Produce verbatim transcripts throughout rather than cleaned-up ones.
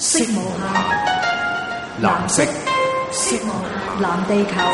色無限，藍色，色無限，藍地球。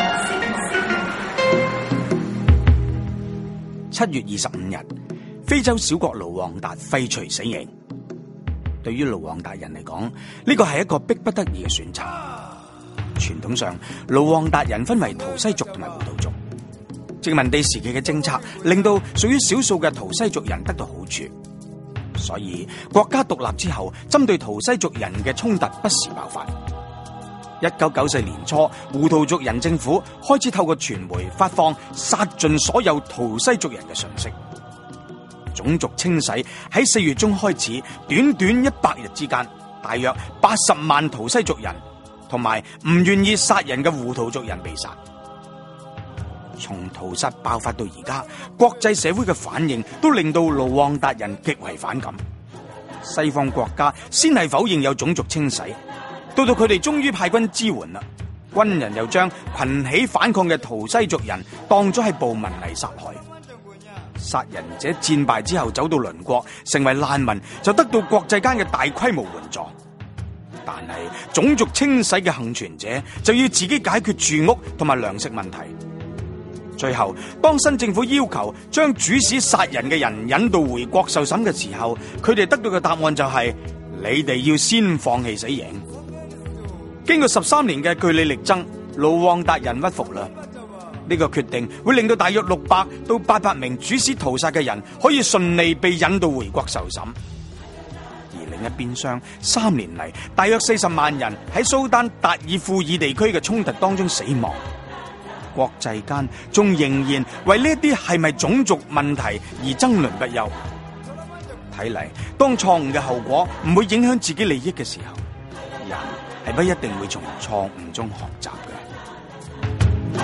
七月二十五日，非洲小國盧旺達廢除死刑。對於盧旺達人嚟講，呢個係一個逼不得已嘅選擇。傳統上，盧旺達人分為圖西族同埋胡圖族。殖民地時期嘅政策令到屬於少數嘅圖西族人得到好處，所以國家獨立之後，針對圖西族人嘅衝突不時爆發。一九九四年初，胡圖族人政府開始透過傳媒發放殺盡所有圖西族人嘅訊息。種族清洗喺四月中開始，短短一百日之間，大約八十萬圖西族人同埋唔願意殺人嘅胡圖族人被殺。從屠殺爆發到而家，國際社會嘅反應都令到盧旺達人極為反感。西方國家先係否認有種族清洗，到到佢哋終於派軍支援啦，軍人又將群起反抗嘅圖西族人當咗係暴民嚟殺害。殺人者戰敗之後走到鄰國成為難民，就得到國際間嘅大規模援助。但係種族清洗嘅幸存者就要自己解決住屋同埋糧食問題。最後，當新政府要求將主使殺人嘅人引渡回國受審嘅時候，佢哋得到嘅答案就係：你哋要先放棄死刑。經過十三年嘅據理力爭，盧旺達人屈服啦。呢個決定會令到大約六百到八百名主使屠殺嘅人可以順利被引渡回國受審。而另一邊廂，三年嚟，大約四十萬人喺蘇丹達爾富爾地區嘅衝突當中死亡。國際間仲仍然為呢啲係咪種族問題而爭論不休。睇嚟，當錯誤嘅後果唔會影響自己利益嘅時候，人係不一定會從錯誤中學習嘅。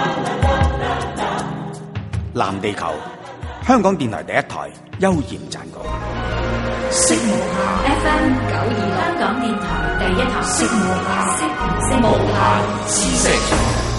藍地球，香港電台第一台，邱焱撰稿。 色無限 F M 九二六，香港電台第一台，色無限，色無限知識。